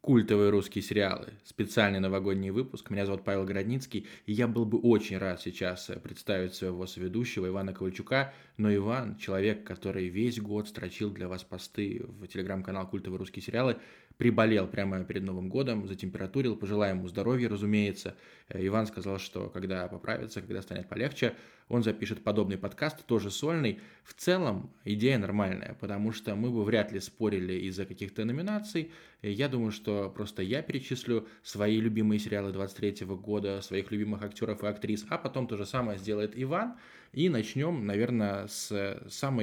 Культовые русские сериалы. Специальный новогодний выпуск. Меня зовут Павел Городницкий, и я был бы очень рад сейчас представить своего соведущего Ивана Ковальчука. Но Иван — человек, который весь год строчил для вас посты в телеграм-канал «Культовые русские сериалы», приболел прямо перед Новым годом, затемпературил, пожелаем ему здоровья, разумеется. Иван сказал, что когда поправится, когда станет полегче, он запишет подобный подкаст, тоже сольный. В целом идея нормальная, потому что мы бы вряд ли спорили из-за каких-то номинаций. Я думаю, что просто я перечислю свои любимые сериалы 23 года, своих любимых актеров и актрис, а потом то же самое сделает Иван. И начнем, наверное, с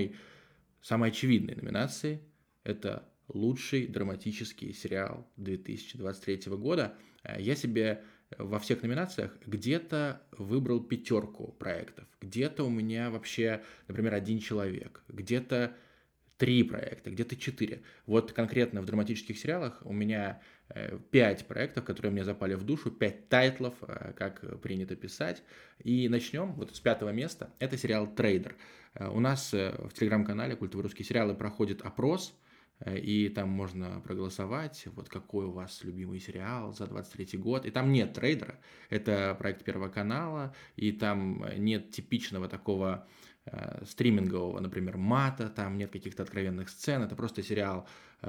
самой очевидной номинации. Это лучший драматический сериал 2023 года. Я себе во всех номинациях где-то выбрал 5 проектов, где-то у меня вообще, например, один человек, где-то 3 проекта, где-то 4. Вот конкретно в драматических сериалах у меня 5 проектов, которые мне запали в душу, 5 тайтлов, как принято писать. И начнем вот с 5 места. Это сериал «Трейдер». У нас в телеграм-канале «Культовые русские сериалы» проходит опрос, и там можно проголосовать, вот какой у вас любимый сериал за 23 год. И там нет «Трейдера», это проект Первого канала, и там нет типичного такого стримингового, например, мата, там нет каких-то откровенных сцен, это просто сериал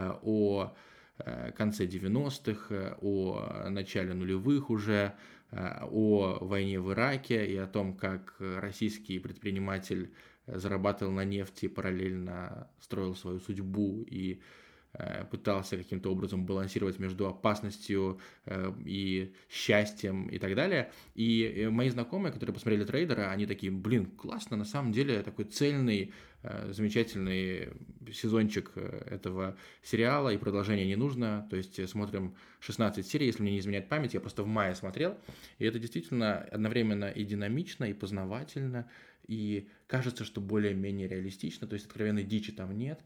о конце 90-х, о начале нулевых уже, о войне в Ираке и о том, как российский предприниматель зарабатывал на нефти, параллельно строил свою судьбу и пытался каким-то образом балансировать между опасностью и счастьем и так далее. И мои знакомые, которые посмотрели «Трейдера», они такие: блин, классно, на самом деле такой цельный, замечательный сезончик этого сериала, и продолжение не нужно. То есть смотрим 16 серий, если мне не изменяет память, я просто в мае смотрел, и это действительно одновременно и динамично, и познавательно, и кажется, что более-менее реалистично, то есть откровенной дичи там нет,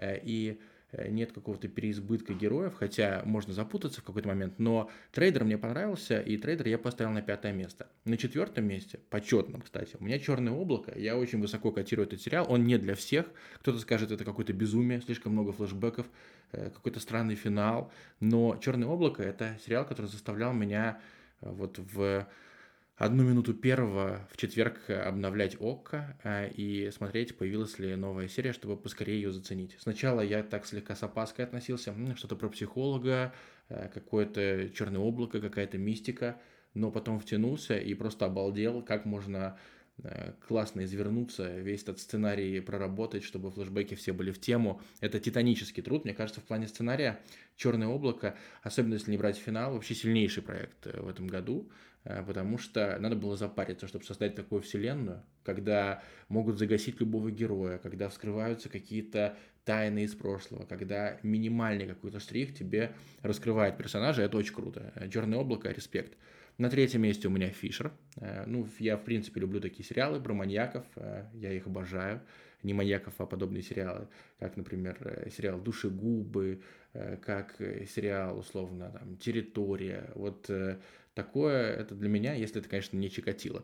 и нет какого-то переизбытка героев, хотя можно запутаться в какой-то момент, но «Трейдер» мне понравился, и «Трейдер» я поставил на 5 место. На 4 месте, почетном, кстати, у меня «Черное облако», я очень высоко котирую этот сериал, он не для всех, кто-то скажет, это какое-то безумие, слишком много флешбеков, какой-то странный финал, но «Черное облако» — это сериал, который заставлял меня вот в 1 минуту 1 в четверг обновлять ОККО и смотреть, появилась ли новая серия, чтобы поскорее ее заценить. Сначала я так слегка с опаской относился, что-то про психолога, какое-то черное облако, какая-то мистика, но потом втянулся и просто обалдел, как можно классно извернуться, весь этот сценарий проработать, чтобы флешбеки все были в тему. Это титанический труд, мне кажется, в плане сценария «Черное облако», особенно если не брать финал, вообще сильнейший проект в этом году, потому что надо было запариться, чтобы создать такую вселенную, когда могут загасить любого героя, когда вскрываются какие-то тайны из прошлого, когда минимальный какой-то штрих тебе раскрывает персонажа, это очень круто. «Черное облако», респект. На 3 месте у меня «Фишер». Ну, я, в принципе, люблю такие сериалы про маньяков, я их обожаю. Не маньяков, а подобные сериалы, как, например, сериал «Душегубы», как сериал, условно, там, «Территория». Вот такое это для меня, если это, конечно, не Чикатило.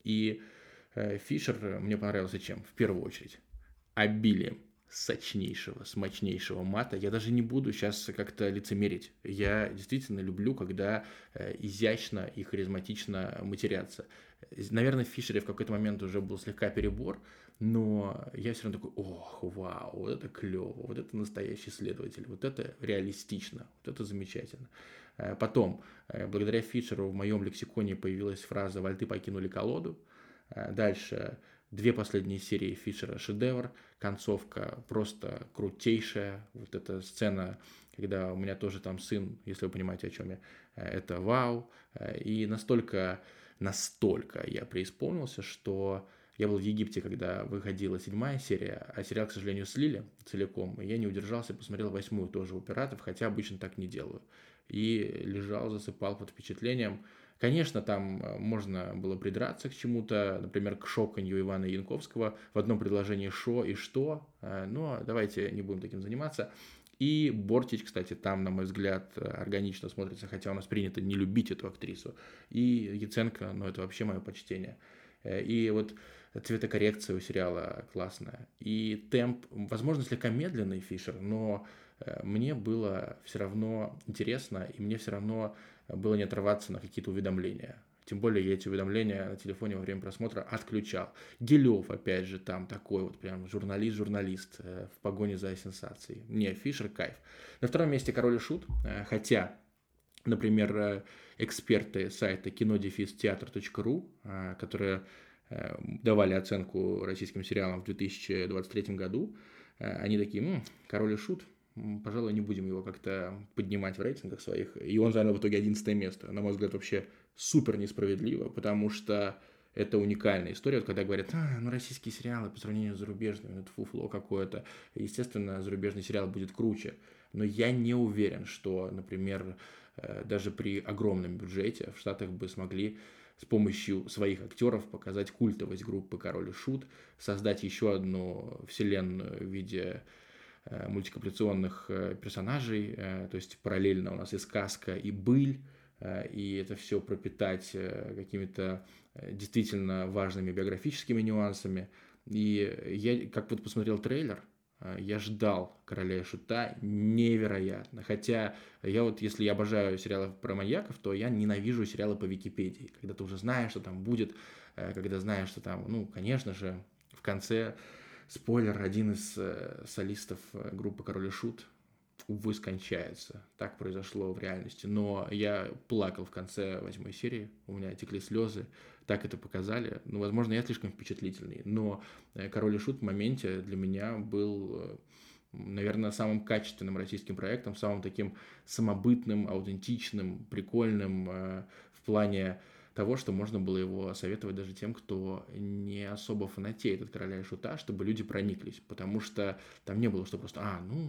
И «Фишер» мне понравился чем? В первую очередь обилием сочнейшего, смачнейшего мата. Я даже не буду сейчас как-то лицемерить. Я действительно люблю, когда изящно и харизматично матерятся. Наверное, в «Фишере» в какой-то момент уже был слегка перебор, но я все равно такой: ох, вау, вот это клево, вот это настоящий следователь, вот это реалистично, вот это замечательно. Потом, благодаря «Фишеру» в моем лексиконе появилась фраза «вальты покинули колоду». Дальше 2 последние серии «Фишера» — шедевр, концовка просто крутейшая, вот эта сцена, когда у меня тоже там сын, если вы понимаете, о чем я, это вау, и настолько я преисполнился, что я был в Египте, когда выходила 7 серия, а сериал, к сожалению, слили целиком, и я не удержался, посмотрел 8 тоже у пиратов, хотя обычно так не делаю, и лежал, засыпал под впечатлением. Конечно, там можно было придраться к чему-то, например, к шоканью Ивана Янковского в одном предложении «шо» и «что», но давайте не будем таким заниматься. И Бортич, кстати, там, на мой взгляд, органично смотрится, хотя у нас принято не любить эту актрису. И Яценко, ну это вообще мое почтение. И вот цветокоррекция у сериала классная. И темп, возможно, слегка медленный «Фишер», но мне было все равно интересно, и мне все равно было не отрываться на какие-то уведомления. Тем более я эти уведомления на телефоне во время просмотра отключал. Гилев, опять же, там такой вот прям журналист в погоне за сенсацией. Не, Фишер кайф. На втором месте Король и Шут, хотя, например, эксперты сайта кино-театр.ру, которые давали оценку российским сериалам в 2023 году, они такие: Король и Шут, пожалуй, не будем его как-то поднимать в рейтингах своих. И он занял в итоге 11 место. На мой взгляд, вообще супер несправедливо, потому что это уникальная история. Вот когда говорят, российские сериалы по сравнению с зарубежными, это фуфло какое-то. Естественно, зарубежный сериал будет круче. Но я не уверен, что, например, даже при огромном бюджете в Штатах бы смогли с помощью своих актеров показать культовость группы «Король и Шут», создать еще одну вселенную в виде мультипликационных персонажей, то есть параллельно у нас и сказка, и быль, и это все пропитать какими-то действительно важными биографическими нюансами. И я, как вот посмотрел трейлер, я ждал «Короля и Шута» невероятно. Хотя я вот, если я обожаю сериалы про маньяков, то я ненавижу сериалы по Википедии. Когда ты уже знаешь, что там будет, когда знаешь, что там, конечно же, в конце, спойлер, один из солистов группы «Король и Шут», увы, скончается. Так произошло в реальности. Но я плакал в конце 8 серии, у меня текли слезы, так это показали. Возможно, я слишком впечатлительный, но «Король и Шут» в моменте для меня был, наверное, самым качественным российским проектом, самым таким самобытным, аутентичным, прикольным в плане того, что можно было его советовать даже тем, кто не особо фанатеет от «Короля и Шута», чтобы люди прониклись, потому что там не было, что просто,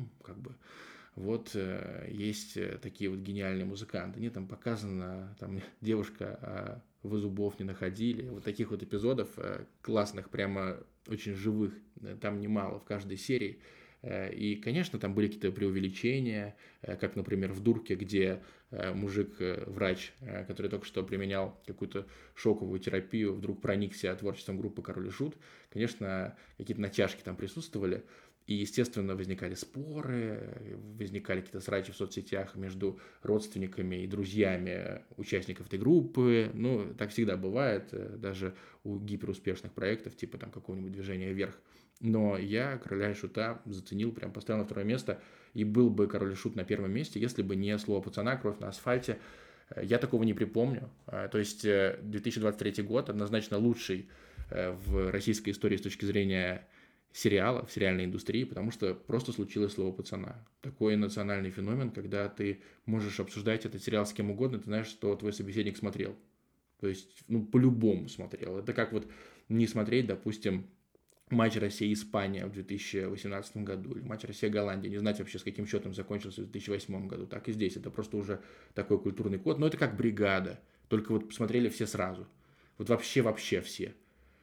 вот есть такие вот гениальные музыканты. Нет, там показана там девушка, вы зубов не находили. Вот таких вот эпизодов классных, прямо очень живых, там немало в каждой серии. И, конечно, там были какие-то преувеличения, как, например, в «Дурке», где мужик-врач, который только что применял какую-то шоковую терапию, вдруг проникся творчеством группы «Король и Шут». Конечно, какие-то натяжки там присутствовали. И, естественно, возникали споры, возникали какие-то срачи в соцсетях между родственниками и друзьями участников этой группы. Так всегда бывает, даже у гиперуспешных проектов, типа там какого-нибудь «Движения вверх». Но я «Короля и Шута» заценил, прям поставил на второе место, и был бы «Король и Шут» на первом месте, если бы не «Слово пацана», «Кровь на асфальте». Я такого не припомню. То есть 2023 год однозначно лучший в российской истории с точки зрения сериала, в сериальной индустрии, потому что просто случилось «Слово пацана». Такой национальный феномен, когда ты можешь обсуждать этот сериал с кем угодно, ты знаешь, что твой собеседник смотрел. То есть, по-любому смотрел. Это как вот не смотреть, допустим, матч Россия-Испания в 2018 году или матч Россия-Голландия, не знать вообще, с каким счетом закончился в 2008 году. Так и здесь. Это просто уже такой культурный код. Но это как «Бригада». Только вот посмотрели все сразу. Вот вообще все.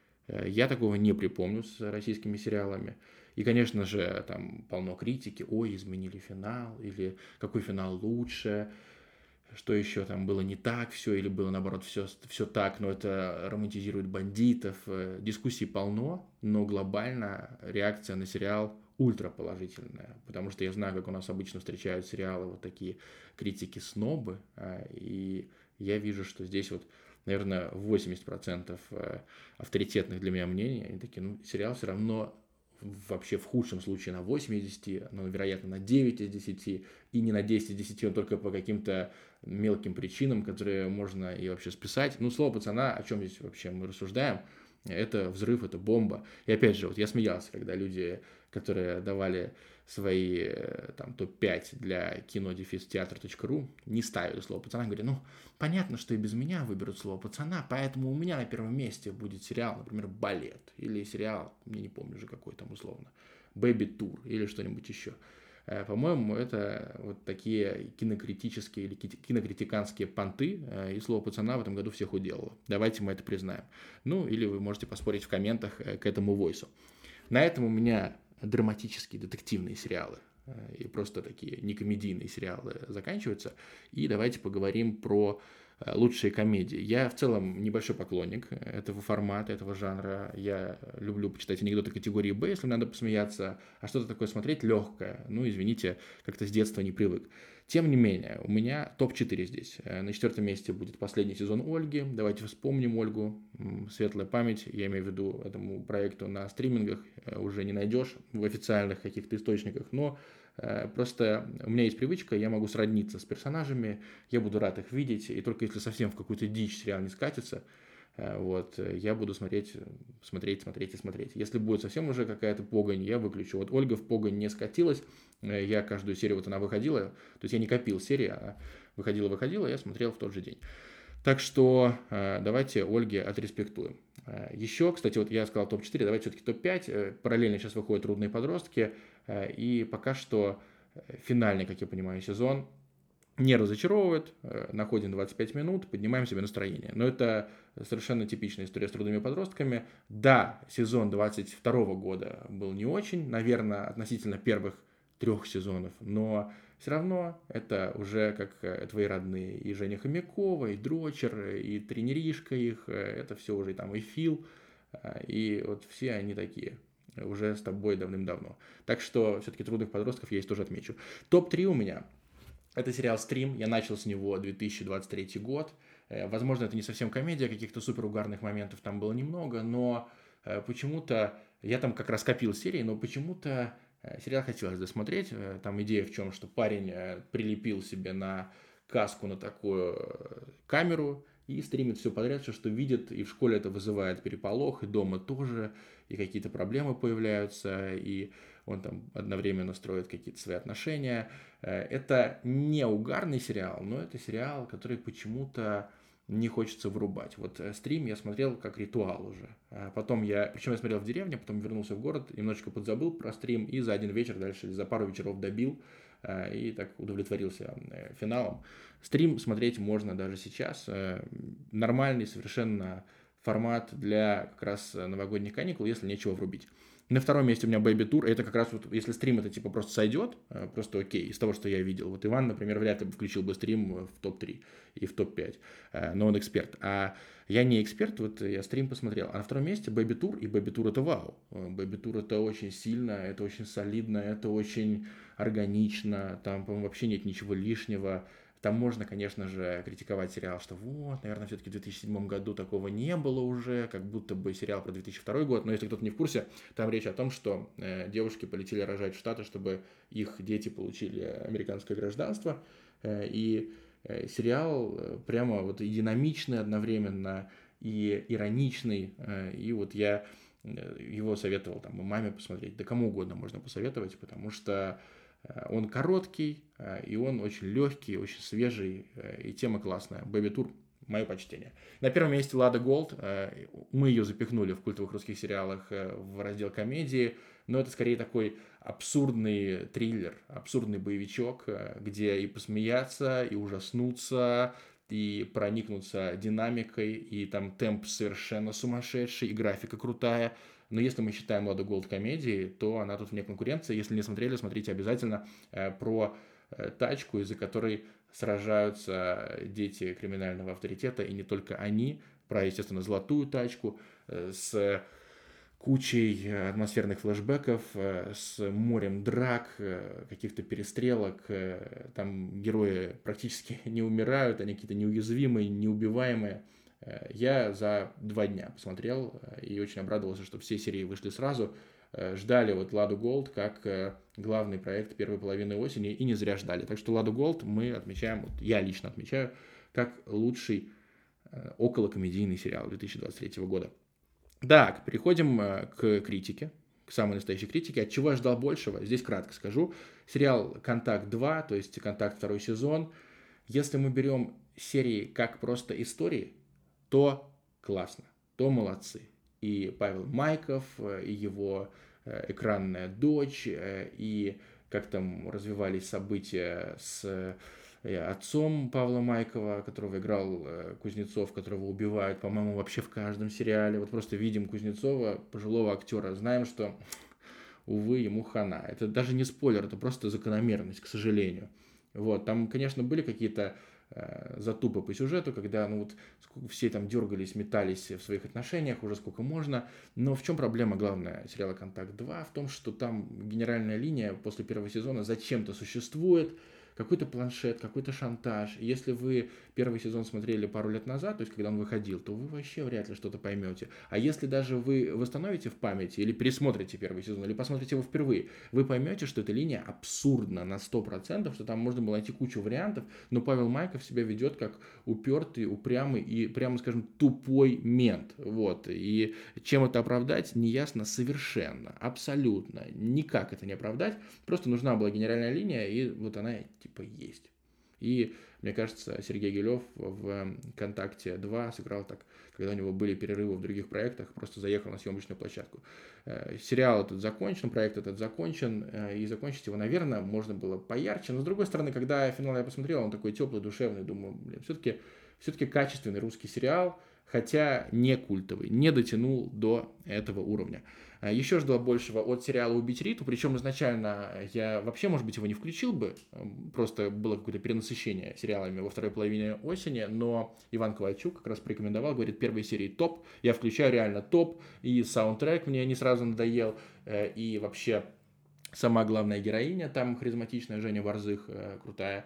Я такого не припомню с российскими сериалами. И, конечно же, там полно критики. Ой, изменили финал. Или какой финал лучше. Что еще там было не так все. Или было, наоборот, все так. Но это романтизирует бандитов. Дискуссий полно. Но глобально реакция на сериал ультраположительная. Потому что я знаю, как у нас обычно встречают сериалы вот такие критики-снобы. И я вижу, что здесь вот, наверное, 80% авторитетных для меня мнений, они такие, сериал все равно вообще в худшем случае на 8 из 10, но, вероятно, на 9 из 10, и не на 10 из 10, он только по каким-то мелким причинам, которые можно и вообще списать. «Слово пацана», о чем здесь вообще мы рассуждаем, это взрыв, это бомба. И опять же, вот я смеялся, когда люди, которые давали свои там топ-5 для кино-театр.ру, не ставили «Слово пацана», говорят, понятно, что и без меня выберут «Слово пацана», поэтому у меня на первом месте будет сериал, например, «Балет», или сериал, я не помню уже какой там условно, «Бэби Тур» или что-нибудь еще. По-моему, это вот такие кинокритические или кинокритиканские понты, и «Слово пацана» в этом году всех уделало. Давайте мы это признаем. Или вы можете поспорить в комментах к этому войсу. На этом у меня драматические детективные сериалы и просто такие некомедийные сериалы заканчиваются. И давайте поговорим про лучшие комедии. Я в целом небольшой поклонник этого формата, этого жанра. Я люблю почитать анекдоты категории Б, если надо посмеяться, а что-то такое смотреть легкое. Ну, извините, как-то с детства не привык. Тем не менее, у меня топ-4 здесь. На 4-м месте будет последний сезон «Ольги». Давайте вспомним Ольгу. Светлая память, я имею в виду этому проекту на стримингах, уже не найдешь в официальных каких-то источниках, но просто у меня есть привычка, я могу сродниться с персонажами, я буду рад их видеть, и только если совсем в какую-то дичь сериал не скатится, вот, я буду смотреть. Если будет совсем уже какая-то погонь, я выключу. Вот Ольга в погонь не скатилась, я каждую серию, вот она выходила, то есть я не копил серии, а выходила, я смотрел в тот же день. Так что давайте Ольге отреспектуем. Еще, кстати, вот я сказал топ-4, давайте все-таки топ-5. Параллельно сейчас выходят «Трудные подростки», и пока что финальный, как я понимаю, сезон не разочаровывает, находим 25 минут, поднимаем себе настроение. Но это совершенно типичная история с «Трудными подростками». Да, сезон 22 года был не очень, наверное, относительно первых 3 сезонов, но все равно это уже как твои родные. И Женя Хомякова, и Дрочер, и тренеришка их, это все уже там и Фил, и вот все они такие уже с тобой давным-давно. Так что все-таки «Трудных подростков» я здесь тоже отмечу. Топ-3 у меня. Это сериал «Стрим», я начал с него 2023 год. Возможно, это не совсем комедия, каких-то супер угарных моментов там было немного, но почему-то, я там как раз копил серии, но почему-то сериал хотелось досмотреть. Там идея в чем, что парень прилепил себе на каску на такую камеру и стримит все подряд, все, что видит, и в школе это вызывает переполох, и дома тоже, и какие-то проблемы появляются, и он там одновременно строит какие-то свои отношения. Это не угарный сериал, но это сериал, который почему-то не хочется врубать. Вот «Стрим» я смотрел как ритуал уже. Потом причем я смотрел в деревне, потом вернулся в город, немножечко подзабыл про «Стрим» и за один вечер дальше, за пару вечеров добил и так удовлетворился финалом. «Стрим» смотреть можно даже сейчас. Нормальный совершенно формат для как раз новогодних каникул, если нечего врубить. На 2-м месте у меня Baby Tour. Это как раз вот, если «Стрим» это типа просто сойдет, просто окей, из того, что я видел. Вот Иван, например, вряд ли бы включил бы «Стрим» в топ-3 и в топ-5, но он эксперт. А я не эксперт, вот я «Стрим» посмотрел. А на 2-м месте Baby Tour, и Baby Tour это вау. Baby Tour это очень сильно, это очень солидно, это очень органично, там, по-моему, вообще нет ничего лишнего. Там можно, конечно же, критиковать сериал, что вот, наверное, все-таки в 2007 году такого не было уже, как будто бы сериал про 2002 год, но если кто-то не в курсе, там речь о том, что девушки полетели рожать в Штаты, чтобы их дети получили американское гражданство, и сериал прямо вот и динамичный одновременно, и ироничный, и вот я его советовал там и маме посмотреть, да кому угодно можно посоветовать, потому что он короткий, и он очень легкий, очень свежий, и тема классная. Baby Tour, мое почтение. На 1-м месте Лада Голд. Мы ее запихнули в культовых русских сериалах в раздел комедии, но это скорее такой абсурдный триллер, абсурдный боевичок, где и посмеяться, и ужаснуться, и проникнуться динамикой, и там темп совершенно сумасшедший, и графика крутая. Но если мы считаем «Ладу Голд» комедией, то она тут вне конкуренции. Если не смотрели, смотрите обязательно про тачку, из-за которой сражаются дети криминального авторитета, и не только они, про, естественно, золотую тачку с кучей атмосферных флешбеков, с морем драк, каких-то перестрелок. Там герои практически не умирают, они какие-то неуязвимые, неубиваемые. Я за 2 дня посмотрел и очень обрадовался, что все серии вышли сразу. Ждали вот «Ладу Голд» как главный проект первой половины осени, и не зря ждали. Так что «Ладу Голд» мы отмечаем, вот я лично отмечаю, как лучший околокомедийный сериал 2023 года. Так, переходим к критике, к самой настоящей критике. От чего я ждал большего? Здесь кратко скажу. Сериал «Контакт 2», то есть «Контакт» 2 сезон. Если мы берем серии как просто истории, то классно, то молодцы. И Павел Майков, и его экранная дочь, и как там развивались события с отцом Павла Майкова, которого играл Кузнецов, которого убивают, по-моему, вообще в каждом сериале. Вот просто видим Кузнецова, пожилого актера, знаем, что увы, ему хана. Это даже не спойлер, это просто закономерность, к сожалению. Вот, там, конечно, были какие-то затупы по сюжету, когда все там дергались, метались в своих отношениях, уже сколько можно. Но в чем проблема главная сериала «Контакт-2»? В том, что там генеральная линия после первого сезона зачем-то существует, какой-то планшет, какой-то шантаж. Если вы первый сезон смотрели пару лет назад, то есть когда он выходил, то вы вообще вряд ли что-то поймете. А если даже вы восстановите в памяти или пересмотрите первый сезон, или посмотрите его впервые, вы поймете, что эта линия абсурдна на 100%, что там можно было найти кучу вариантов, но Павел Майков себя ведет как упертый, упрямый и, прямо скажем, тупой мент. Вот. И чем это оправдать, неясно совершенно, абсолютно. Никак это не оправдать. Просто нужна была генеральная линия, и вот она типа есть. И, мне кажется, Сергей Гелев в «Контакте-2» сыграл так, когда у него были перерывы в других проектах, просто заехал на съемочную площадку. Сериал этот закончен, проект этот закончен, и закончить его, наверное, можно было поярче. Но, с другой стороны, когда финал я посмотрел, он такой теплый, душевный, думаю, все-таки качественный русский сериал, хотя не культовый, не дотянул до этого уровня. Еще ждал большего от сериала «Убить Риту», причем изначально я вообще, может быть, его не включил бы, просто было какое-то перенасыщение сериалами во второй половине осени, но Иван Ковальчук как раз порекомендовал, говорит, первой серии топ, я включаю реально топ, и саундтрек мне не сразу надоел, и вообще сама главная героиня там харизматичная, Женя Варзых, крутая,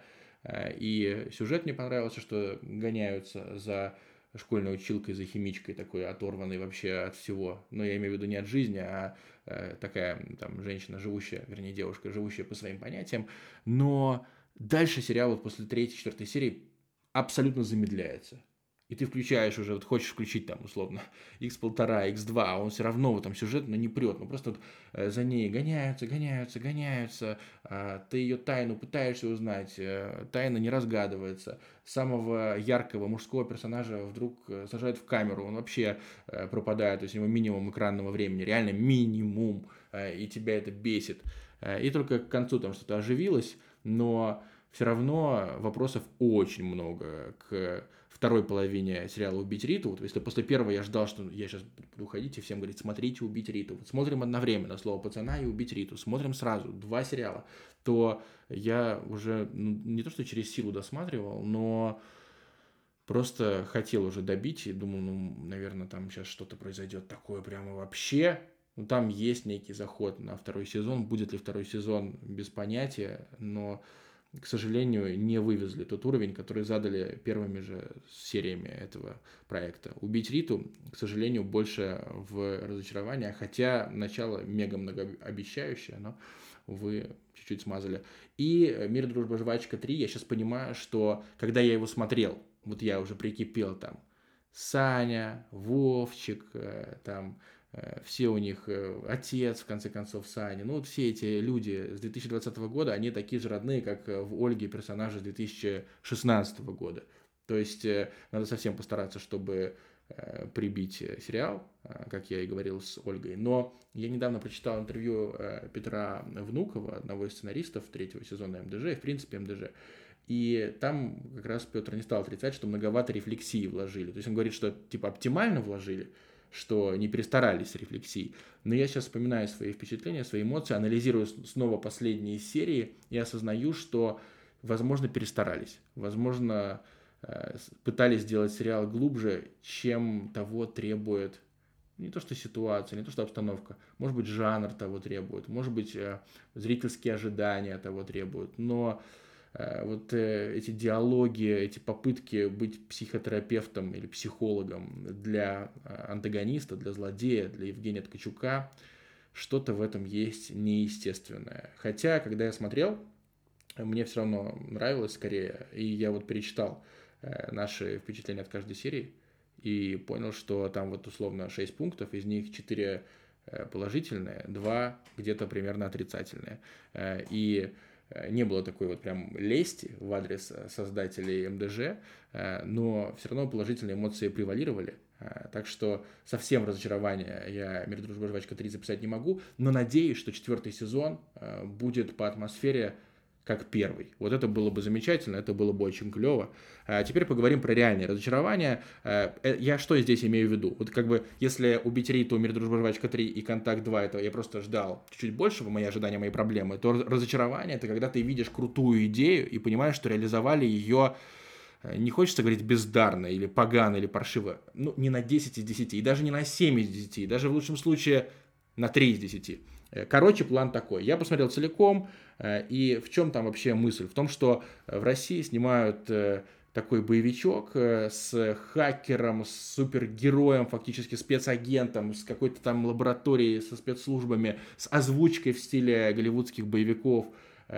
и сюжет мне понравился, что гоняются за школьной училкой, за химичкой, такой оторванной вообще от всего. Но я имею в виду не от жизни, а такая там женщина, живущая, вернее девушка, живущая по своим понятиям. Но дальше сериал вот после третьей, четвертой серии абсолютно замедляется. И ты включаешь уже, вот хочешь включить там условно X1,5, X2, а он все равно вот там сюжетно не прет. Ну просто вот за ней гоняются, ты ее тайну пытаешься узнать, тайна не разгадывается. Самого яркого мужского персонажа вдруг сажают в камеру, он вообще пропадает, то есть у него минимум экранного времени, реально минимум, и тебя это бесит. И только к концу там что-то оживилось, но все равно вопросов очень много к второй половине сериала «Убить Риту». Вот если после первого я ждал, что я сейчас буду ходить и всем говорить, смотрите «Убить Риту». Вот смотрим одновременно «Слово пацана» и «Убить Риту». Смотрим сразу, 2 сериала. То я уже не то, что через силу досматривал, но просто хотел уже добить и думал, наверное, там сейчас что-то произойдет такое прямо вообще. Ну, там есть некий заход на второй сезон. Будет ли второй сезон, без понятия, но к сожалению, не вывезли тот уровень, который задали первыми же сериями этого проекта. «Убить Риту», к сожалению, больше в разочарование, хотя начало мега многообещающее, но, увы, чуть-чуть смазали. И «Мир, дружба, жвачка 3», я сейчас понимаю, что когда я его смотрел, вот я уже прикипел там, Саня, Вовчик, там, все у них отец, в конце концов, Саня. Ну, вот все эти люди с 2020 года, они такие же родные, как в Ольге персонажи с 2016 года. То есть надо совсем постараться, чтобы прибить сериал, как я и говорил с Ольгой. Но я недавно прочитал интервью Петра Внукова, одного из сценаристов третьего сезона МДЖ, и в принципе МДЖ. И там как раз Петр не стал отрицать, что многовато рефлексии вложили. То есть он говорит, что типа оптимально вложили, что не перестарались с рефлексией. Но я сейчас вспоминаю свои впечатления, свои эмоции, анализирую снова последние серии и осознаю, что, возможно, перестарались. Возможно, пытались сделать сериал глубже, чем того требует не то что ситуация, не то что обстановка. Может быть, жанр того требует, может быть, зрительские ожидания того требуют. Но вот эти диалоги, эти попытки быть психотерапевтом или психологом для антагониста, для злодея, для Евгения Ткачука, что-то в этом есть неестественное. Хотя, когда я смотрел, мне все равно нравилось скорее, и я вот перечитал наши впечатления от каждой серии и понял, что там вот условно 6 пунктов, из них 4 положительные, 2 где-то примерно отрицательные. И не было такой вот прям лести в адрес создателей МДЖ, но все равно положительные эмоции превалировали. Так что совсем разочарование я «Мир, дружба, жвачка 3» записать не могу, но надеюсь, что 4-й сезон будет по атмосфере как первый. Вот это было бы замечательно, это было бы очень клево. А теперь поговорим про реальные разочарования. Я что здесь имею в виду? Вот как бы, если «Убить Риту», «Мир, дружба, жвачка 3» и «Контакт 2» это я просто ждал чуть-чуть большего, мои ожидания, мои проблемы, то разочарование — это когда ты видишь крутую идею и понимаешь, что реализовали ее, не хочется говорить бездарно или погано или паршиво, ну, не на 10 из 10, и даже не на 7 из 10, и даже в лучшем случае на 3 из 10. Короче, план такой. Я посмотрел целиком, и в чем там вообще мысль? В том, что в России снимают такой боевичок с хакером, с супергероем, фактически спецагентом, с какой-то там лабораторией, со спецслужбами, с озвучкой в стиле голливудских боевиков.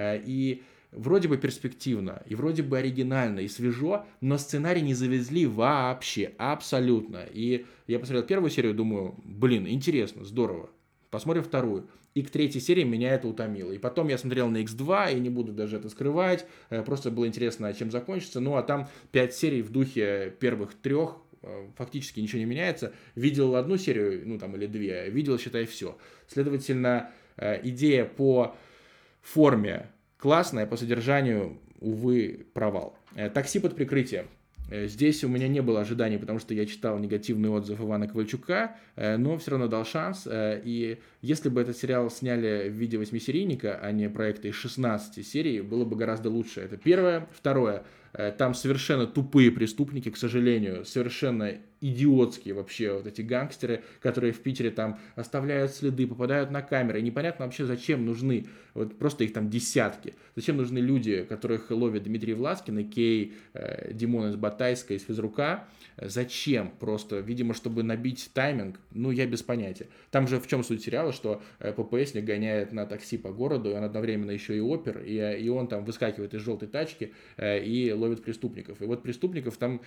И вроде бы перспективно, и вроде бы оригинально, и свежо, но сценарий не завезли вообще, абсолютно. И я посмотрел первую серию, думаю, блин, интересно, здорово. Посмотрим вторую. И к третьей серии меня это утомило. И потом я смотрел на X2, и не буду даже это скрывать. Просто было интересно, чем закончится. Ну, а там 5 серий в духе первых 3. Фактически ничего не меняется. Видел одну серию, ну, там, или 2. Видел, считай, все. Следовательно, идея по форме классная, по содержанию, увы, провал. «Такси под прикрытием». Здесь у меня не было ожиданий, потому что я читал негативный отзыв Ивана Ковальчука, но все равно дал шанс. И если бы этот сериал сняли в виде 8-серийника, а не проекта из 16 серий, было бы гораздо лучше. Это первое. Второе. Там совершенно тупые преступники, к сожалению, совершенно идиотские вообще вот эти гангстеры, которые в Питере там оставляют следы, попадают на камеры. И непонятно вообще, зачем нужны, вот просто их там десятки, зачем нужны люди, которых ловит Дмитрий Власкин, Кей, Димон из Батайска, из Физрука. Зачем? Просто, видимо, чтобы набить тайминг, ну, я без понятия. Там же в чем суть сериала, что ППСник гоняет на такси по городу, и он одновременно еще и опер, и он там выскакивает из желтой тачки и ловит преступников. И вот преступников там,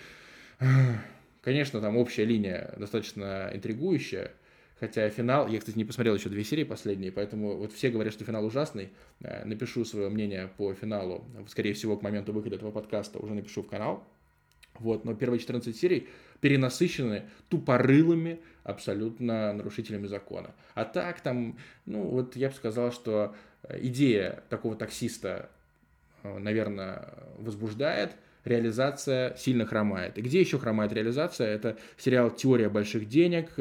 конечно, там общая линия достаточно интригующая, хотя финал, я, кстати, не посмотрел еще 2 серии последние, поэтому вот все говорят, что финал ужасный. Напишу свое мнение по финалу, скорее всего, к моменту выхода этого подкаста уже напишу в канал. Вот, но первые 14 серий перенасыщены тупорылыми абсолютно нарушителями закона. А так там, ну вот я бы сказал, что идея такого таксиста, наверное, возбуждает, реализация сильно хромает. И где еще хромает реализация? Это сериал «Теория больших денег».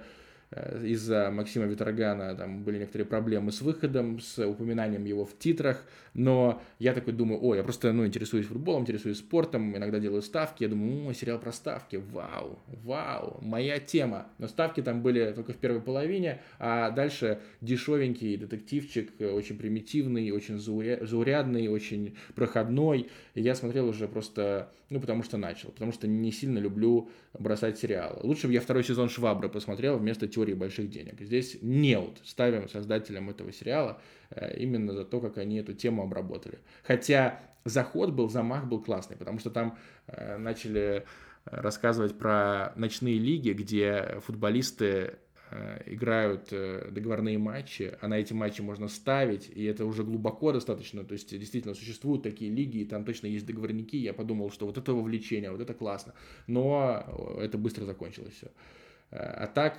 Из-за Максима Виторгана там были некоторые проблемы с выходом, с упоминанием его в титрах, но я такой думаю, я просто интересуюсь футболом, интересуюсь спортом, иногда делаю ставки, я думаю, сериал про ставки, вау, моя тема. Но ставки там были только в первой половине, а дальше дешевенький детективчик, очень примитивный, очень заурядный, очень проходной, и я смотрел уже просто, потому что начал, потому что не сильно люблю бросать сериалы. Лучше бы я второй сезон «Швабры» посмотрел вместо «Теории больших денег». Здесь неуд ставим создателям этого сериала именно за то, как они эту тему обработали. Хотя замах был классный, потому что там начали рассказывать про ночные лиги, где футболисты играют договорные матчи, а на эти матчи можно ставить, и это уже глубоко достаточно, то есть действительно существуют такие лиги, и там точно есть договорники, я подумал, что вот это вовлечение, вот это классно, но это быстро закончилось все. А так,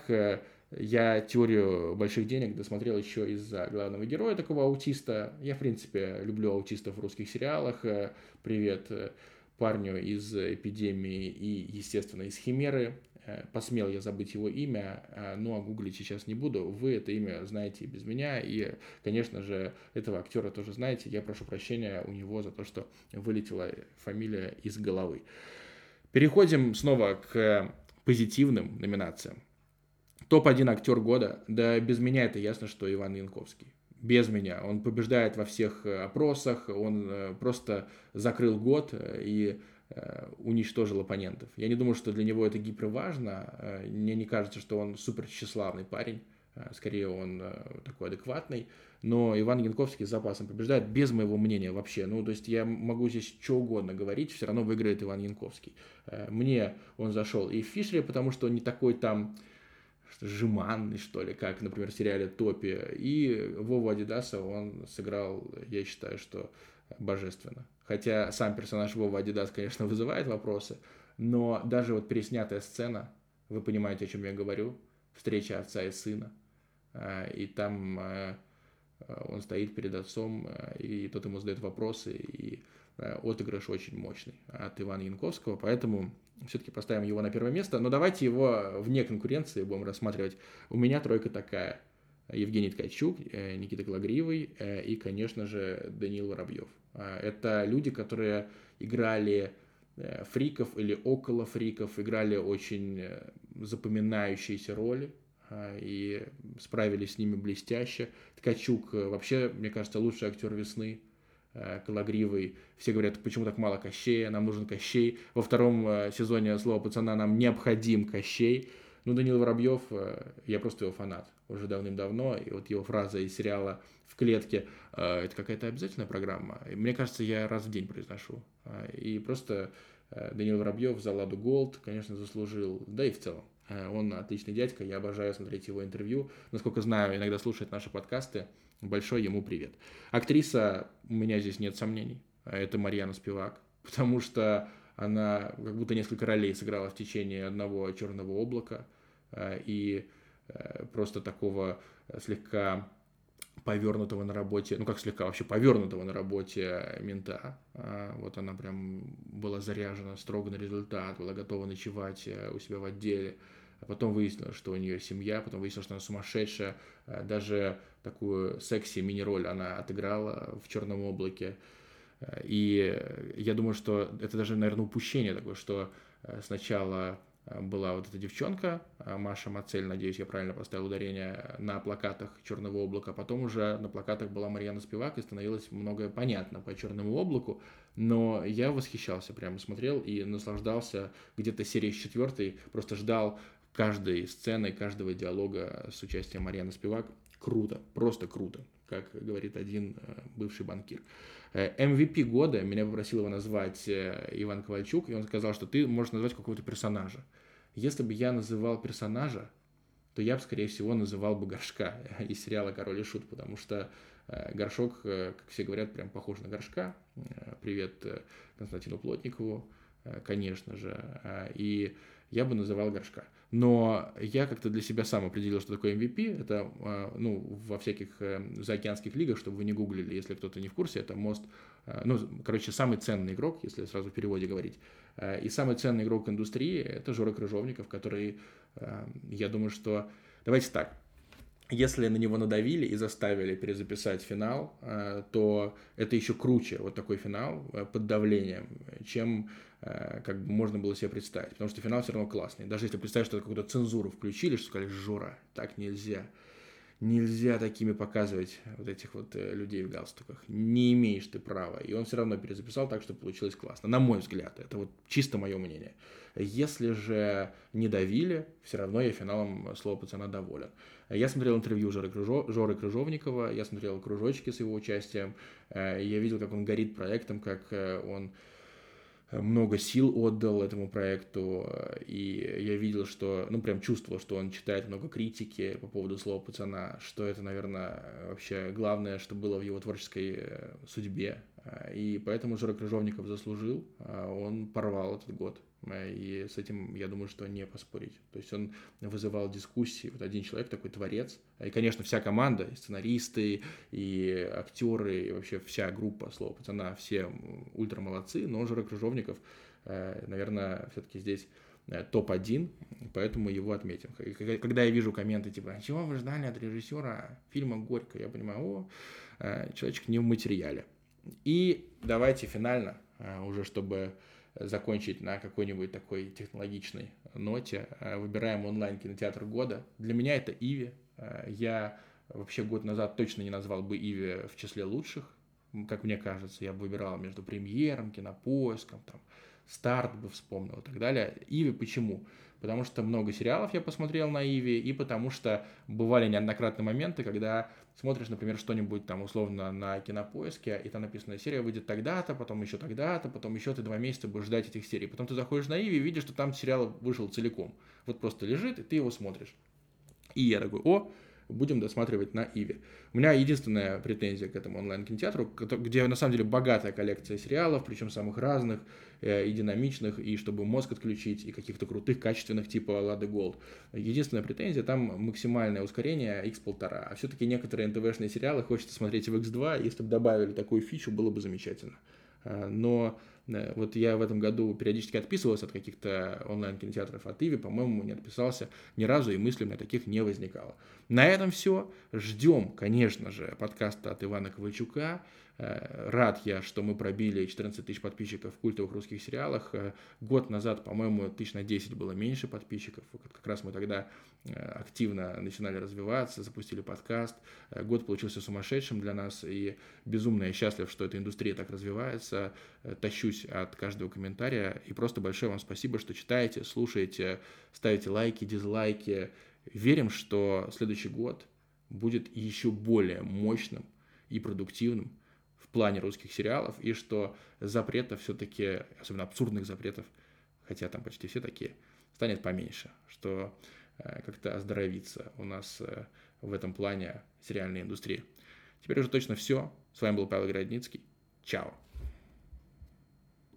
я «Теорию больших денег» досмотрел еще из-за главного героя, такого аутиста. Я, в принципе, люблю аутистов в русских сериалах. Привет парню из «Эпидемии» и, естественно, из «Химеры». Посмел я забыть его имя, но гуглить сейчас не буду. Вы это имя знаете и без меня, и, конечно же, этого актера тоже знаете. Я прошу прощения у него за то, что вылетела фамилия из головы. Переходим снова к позитивным номинациям. Топ-1 актер года. Да без меня это ясно, что Иван Янковский. Без меня. Он побеждает во всех опросах, он просто закрыл год и уничтожил оппонентов. Я не думаю, что для него это гиперважно. Мне не кажется, что он супер тщеславный парень. Скорее, он такой адекватный. Но Иван Янковский с запасом побеждает без моего мнения вообще. То есть я могу здесь что угодно говорить, все равно выиграет Иван Янковский. Мне он зашел и в «Фишере», потому что он не такой там жеманный, что ли, как, например, в сериале «Топи». И Вову Адидаса он сыграл, я считаю, что божественно. Хотя сам персонаж Вова Адидас, конечно, вызывает вопросы, но даже вот переснятая сцена, вы понимаете, о чем я говорю, встреча отца и сына, и там он стоит перед отцом, и тот ему задает вопросы, и отыгрыш очень мощный от Ивана Янковского, поэтому все-таки поставим его на первое место, но давайте его вне конкуренции будем рассматривать. У меня тройка такая: Евгений Ткачук, Никита Кологривый и, конечно же, Даниил Воробьев. Это люди, которые играли фриков или около фриков, играли очень запоминающиеся роли и справились с ними блестяще. Ткачук вообще, мне кажется, лучший актер весны. Кологривый. Все говорят, почему так мало Кощея, нам нужен Кощей. Во втором сезоне «Слово пацана» нам необходим Кощей. Ну, Даниил Воробьев, я просто его фанат уже давным-давно, и вот его фраза из сериала «В клетке» это какая-то обязательная программа. И мне кажется, я раз в день произношу. И просто Даниил Воробьев за «Ладу Голд», конечно, заслужил, да и в целом. Он отличный дядька, я обожаю смотреть его интервью. Насколько знаю, иногда слушает наши подкасты. Большой ему привет. Актриса, у меня здесь нет сомнений, это Марьяна Спивак, потому что она как будто несколько ролей сыграла в течение одного «Черного облака», и просто такого слегка повернутого на работе, ну как слегка, вообще повернутого на работе мента. Вот она прям была заряжена строго на результат, была готова ночевать у себя в отделе. А потом выяснилось, что у нее семья, потом выяснилось, что она сумасшедшая. Даже такую секси мини-роль она отыграла в «Черном облаке». И я думаю, что это даже, наверное, упущение такое, что сначала была вот эта девчонка, Маша Мацель, надеюсь, я правильно поставил ударение, на плакатах «Черного облака», потом уже на плакатах была Марьяна Спивак, и становилось многое понятно по «Черному облаку», но я восхищался, прямо смотрел и наслаждался где-то серией с 4, просто ждал каждой сцены, каждого диалога с участием Марьяны Спивак. Круто, просто круто, как говорит один бывший банкир. MVP года меня попросил его назвать Иван Ковальчук, и он сказал, что ты можешь назвать какого-то персонажа. Если бы я называл персонажа, то я бы, скорее всего, называл бы Горшка из сериала «Король и Шут», потому что Горшок, как все говорят, прям похож на Горшка. Привет Константину Плотникову, конечно же. И я бы называл Горшка. Но я как-то для себя сам определил, что такое MVP. Это, ну, во всяких заокеанских лигах, чтобы вы не гуглили, если кто-то не в курсе, это мост, ну, короче, самый ценный игрок, если сразу в переводе говорить. И самый ценный игрок индустрии – это Жора Крыжовников, который, я думаю, что… Давайте так. Если на него надавили и заставили перезаписать финал, то это еще круче, вот такой финал под давлением, чем как бы можно было себе представить. Потому что финал все равно классный. Даже если представить, что какую-то цензуру включили, что сказали: Жора, так нельзя. Нельзя такими показывать вот этих вот людей в галстуках. Не имеешь ты права. И он все равно перезаписал так, что получилось классно. На мой взгляд. Это вот чисто мое мнение. Если же не давили, все равно я финалом «Слова пацана» доволен. Я смотрел интервью Жоры Крыжовникова, я смотрел кружочки с его участием, я видел, как он горит проектом, как он много сил отдал этому проекту, и я видел, что, ну, прям чувствовал, что он читает много критики по поводу «Слова пацана», что это, наверное, вообще главное, что было в его творческой судьбе, и поэтому Жора Крыжовников заслужил, он порвал этот год, и с этим, я думаю, что не поспорить. То есть он вызывал дискуссии, вот один человек, такой творец, и, конечно, вся команда, и сценаристы, и актеры, и вообще вся группа «Слова пацана», все ультра молодцы, но Жора Крыжовников, наверное, все-таки здесь топ-1, поэтому его отметим. Когда я вижу комменты типа: чего вы ждали от режиссера фильма «Горько», я понимаю, человечек не в материале. И давайте финально, уже чтобы закончить на какой-нибудь такой технологичной ноте, выбираем онлайн-кинотеатр года. Для меня это «Иви». Я вообще год назад точно не назвал бы «Иви» в числе лучших, как мне кажется. Я бы выбирал между «Премьером», «Кинопоиском», там, «Старт» бы вспомнил и так далее. «Иви» почему? Потому что много сериалов я посмотрел на «Иви», и потому что бывали неоднократные моменты, когда смотришь, например, что-нибудь там условно на Кинопоиске, и там написано: серия выйдет тогда-то, потом еще тогда-то, потом еще ты 2 месяца будешь ждать этих серий. Потом ты заходишь на «Иви» и видишь, что там сериал вышел целиком. Вот просто лежит, и ты его смотришь. И я такой: о, будем досматривать на Иви. У меня единственная претензия к этому онлайн-кинотеатру, где на самом деле богатая коллекция сериалов, причем самых разных и динамичных, и чтобы мозг отключить, и каких-то крутых, качественных типа Лады Голд. Единственная претензия, там максимальное ускорение x1,5. А все-таки некоторые НТВшные сериалы хочется смотреть в x2, если бы добавили такую фичу, было бы замечательно. Но вот я в этом году периодически отписывался от каких-то онлайн-кинотеатров от Иви, по-моему, не отписался ни разу, и мысли у меня таких не возникало. На этом все. Ждем, конечно же, подкаста от Ивана Ковальчука. Рад я, что мы пробили 14 тысяч подписчиков в культовых русских сериалах. Год назад, по-моему, 10 было меньше подписчиков. Как раз мы тогда активно начинали развиваться, запустили подкаст. Год получился сумасшедшим для нас, и безумно я счастлив, что эта индустрия так развивается. Тащусь от каждого комментария, и просто большое вам спасибо, что читаете, слушаете, ставите лайки, дизлайки. Верим, что следующий год будет еще более мощным и продуктивным в плане русских сериалов, и что запретов все-таки, особенно абсурдных запретов, хотя там почти все такие, станет поменьше, что как-то оздоровится у нас в этом плане сериальная индустрия. Теперь уже точно все. С вами был Павел Городницкий. Чао.